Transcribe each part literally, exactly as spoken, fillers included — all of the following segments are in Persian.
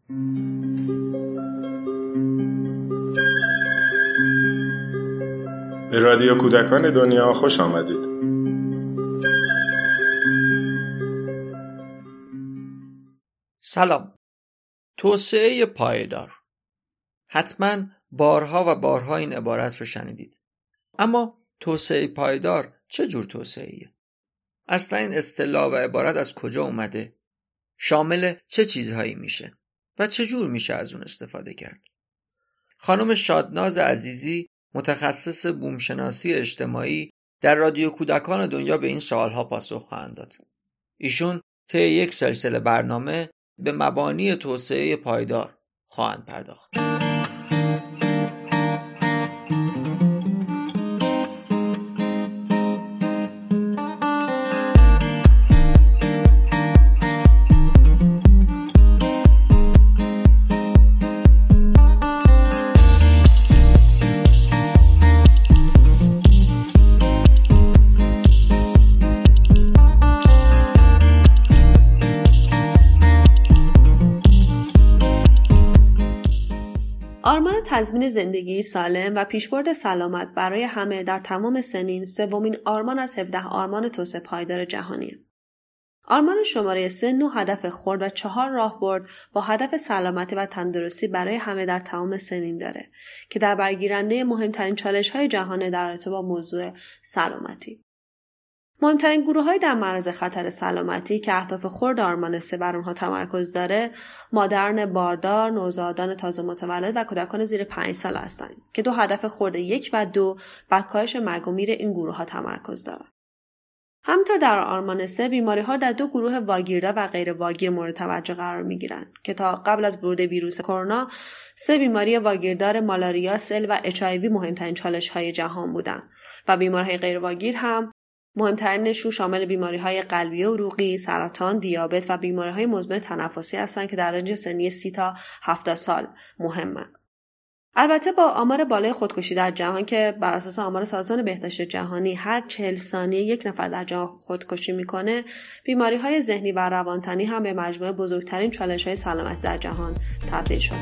به رادیو کودکان دنیا خوش آمدید. سلام. توسعه پایدار. حتما بارها و بارها این عبارت رو شنیدید. اما توسعه پایدار چه جور توسعه‌ایه؟ اصلا این اصطلاح و عبارت از کجا اومده؟ شامل چه چیزهایی میشه؟ و چه جور میشه از اون استفاده کرد؟ خانم شادناز عزیزی، متخصص بومشناسی اجتماعی، در رادیو کودکان دنیا به این سوالها پاسخ خواهند داد. ایشون طی یک سلسله برنامه به مبانی توسعه پایدار خواهند پرداخت. آرمان تضمین زندگی سالم و پیشبرد سلامت برای همه در تمام سنین سومین آرمان از هفده آرمان توسعه پایدار جهانیه. آرمان شماره سه نه هدف خرد و چهار راهبرد با هدف سلامتی و تندرستی برای همه در تمام سنین داره که در برگیرنده مهمترین چالش‌های جهان در رابطه با موضوع سلامتی. مهمترین گروه‌های در معرض خطر سلامتی که اهداف خرد آرمان سه بر اونها تمرکز داره، مادران باردار، نوزادان تازه متولد و کودکان زیر پنج سال هستند که دو هدف خرد یک و دو بر کاهش مرگ و میر این گروه‌ها تمرکز دارند. همینطور در آرمان سه بیماری‌ها در دو گروه واگیردار و غیر واگیر مورد توجه قرار می‌گیرند که تا قبل از ورود ویروس کرونا سه بیماری واگیردار مالاریا، سل و اچ آی وی مهمترین چالش‌های جهان بودند و بیماری‌های غیر واگیر هم مهمترینشون شامل بیماری‌های قلبی و عروقی، سرطان، دیابت و بیماری‌های مزمن تنفسی هستند که در رنج سنی سی تا هفتاد سال مهمند. البته با آمار بالای خودکشی در جهان که بر اساس آمار سازمان بهداشت جهانی هر چهل ثانیه یک نفر در جهان خودکشی میکنه، بیماری‌های ذهنی و روانتنی هم به مجموعه بزرگترین چالش‌های سلامت در جهان تبدیل شده.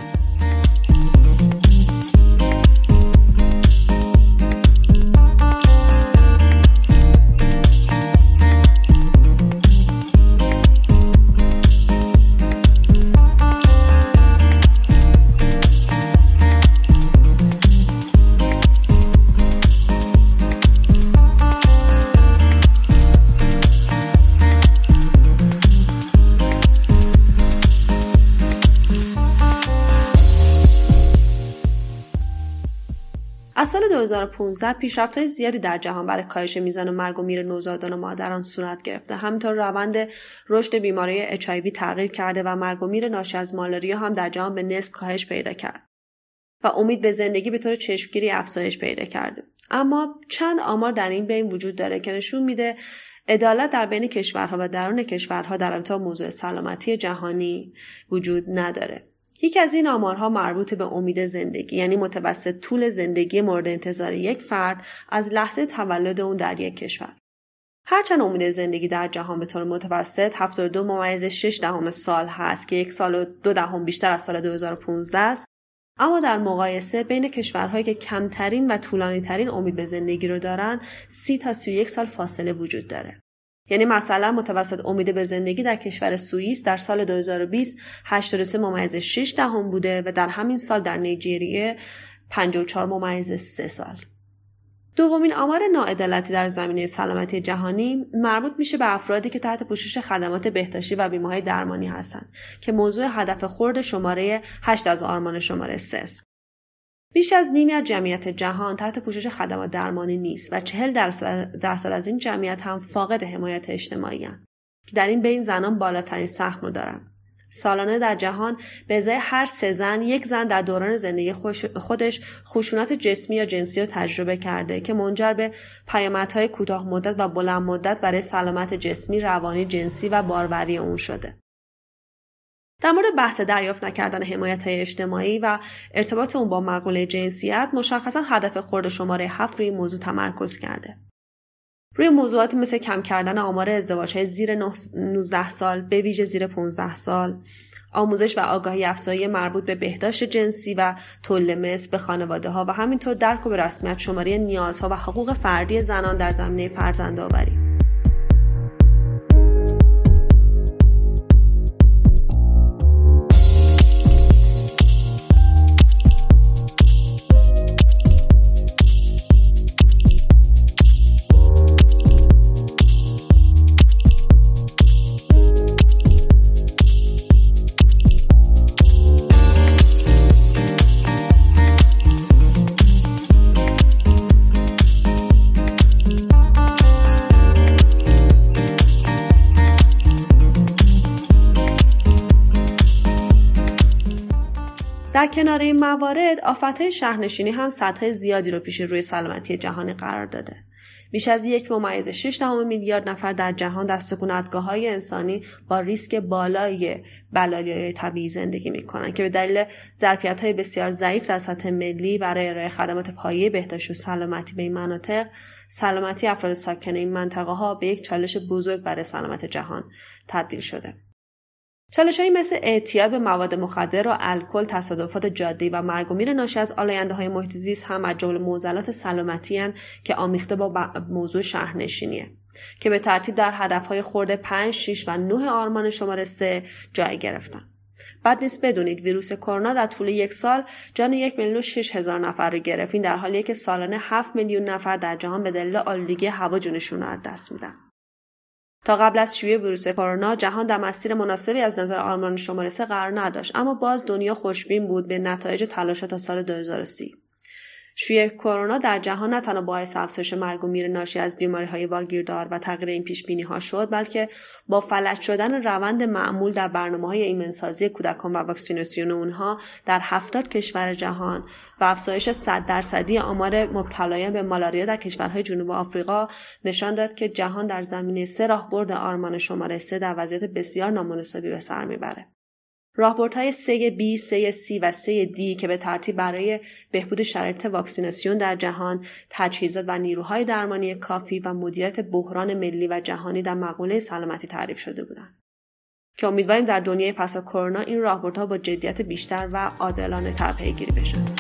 از سال دو هزار و پانزده پیشرفت‌های زیادی در جهان برای کاهش میزان مرگ و میر نوزادان و مادران صورت گرفته. همینطور روند رشد بیماری اچ آی وی تغییر کرده و مرگ و میر ناشی از مالاریا هم در جهان به نصف کاهش پیدا کرد و امید به زندگی به طور چشمگیری افزایش پیدا کرده. اما چند آمار در این بین وجود داره که نشون میده عدالت در بین کشورها و درون کشورها در رابطه با موضوع سلامتی جهانی وجود نداره. یکی از این آمارها مربوط به امید زندگی، یعنی متوسط طول زندگی مورد انتظار یک فرد از لحظه تولد اون در یک کشور. هرچند امید زندگی در جهان به طور متوسط هفتاد و دو ممیز شش دهم سال هست که یک سال و دو دهم بیشتر از سال دو هزار و پانزده است، اما در مقایسه بین کشورهایی که کمترین و طولانی ترین امید به زندگی رو دارن سی تا سی و یک سال فاصله وجود داره. یعنی مثلا متوسط امید به زندگی در کشور سوئیس در سال دو هزار و بیست هشتاد و سه ممیز شش دهم بوده و در همین سال در نیجریه پنجاه و چهار ممیز سه سال. دومین آمار ناعدالتی در زمینه سلامتی جهانی مربوط میشه به افرادی که تحت پوشش خدمات بهداشتی و بیمه‌های درمانی هستند که موضوع هدف خرد شماره هشت از آرمان شماره سه است. بیش از نیمی از جمعیت جهان تحت پوشش خدمات درمانی نیست و چهل درصد از این جمعیت هم فاقد حمایت اجتماعی هستند که در این بین زنان بالاترین سهم رو دارند. سالانه در جهان به ازای هر سه زن یک زن در دوران زندگی خودش خشونت جسمی یا جنسی رو تجربه کرده که منجر به پیامدهای کوتاه مدت و بلند مدت برای سلامت جسمی، روانی، جنسی و باروری اون شده. در مورد بحث دریافت نکردن حمایت‌های اجتماعی و ارتباط اون با مقوله جنسیت، مشخصاً هدف خرد شماره هفت روی موضوع تمرکز کرده. روی موضوعاتی مثل کم کردن آمار ازدواج‌های زیر نوزده سال، به ویژه زیر پانزده سال، آموزش و آگاهی افزایی مربوط به بهداشت جنسی و تولد مثل به خانواده‌ها و همینطور درک و به رسمیت شماری نیازها و حقوق فردی زنان در زمینه فرزندآوری. در کنار این موارد، آفت‌های شهرنشینی هم سطح زیادی رو پیش روی سلامتی جهانی قرار داده. بیش از یک ممیز شش دهم میلیارد نفر در جهان در سکونتگاه‌های انسانی با ریسک بالای بلایای طبیعی زندگی می‌کنند که به دلیل ظرفیت‌های بسیار ضعیف در سطح ملی برای ارائه خدمات پایه بهداشت و سلامتی به این مناطق، سلامتی افراد ساکن این منطقه‌ها به یک چالش بزرگ برای سلامت جهان تبدیل شده. چالش‌هایی مثل اعتیاد به مواد مخدر و الکل، تصادفات جاده‌ای و مرگ و میر ناشی از آلاینده‌های محیط زیست هم از جمله معضلات سلامتی هستند که آمیخته با موضوع شهرنشینیه که به ترتیب در هدف‌های خورد پنج، شش و نه آرمان شماره سه جای گرفتن. بد نیست بدونید ویروس کرونا در طول یک سال جان یک میلیون و شش هزار نفر رو گرفت، این در حالیه که سالانه هفت میلیون نفر در جهان به دلیل آلودگی هوا جونشون رو از دست میدن. تا قبل از شیوع ویروس کرونا جهان در مسیر مناسبی از نظر آرمان شماره سه قرار نداشت، اما باز دنیا خوشبین بود به نتایج تلاشات تا سال دو هزار و سی. شیوع کرونا در جهان نه تنها باعث افزایش مرگ و میر ناشی از بیماری‌های واگیردار و تغییر این پیش‌بینی‌ها شد، بلکه با فلج شدن روند معمول در برنامه‌های ایمنسازی کودکان و واکسیناسیون اونها در هفتاد کشور جهان و افزایش صد درصدی آمار مبتلایان به مالاریا در کشورهای جنوب آفریقا نشان داد که جهان در زمینه سه راهبرد آرمان شماره سه در وضعیت بسیار نامناسبی به سر میبره. راهبردهای سه بی، سه سی و سه دی که به ترتیب برای بهبود شرایط واکسیناسیون در جهان، تجهیزات و نیروهای درمانی کافی و مدیریت بحران ملی و جهانی در مقوله سلامتی تعریف شده بودند. که امیدواریم در دنیای پس از کرونا این راهبردها با جدیت بیشتر و عادلانه تر پیگیری بشن.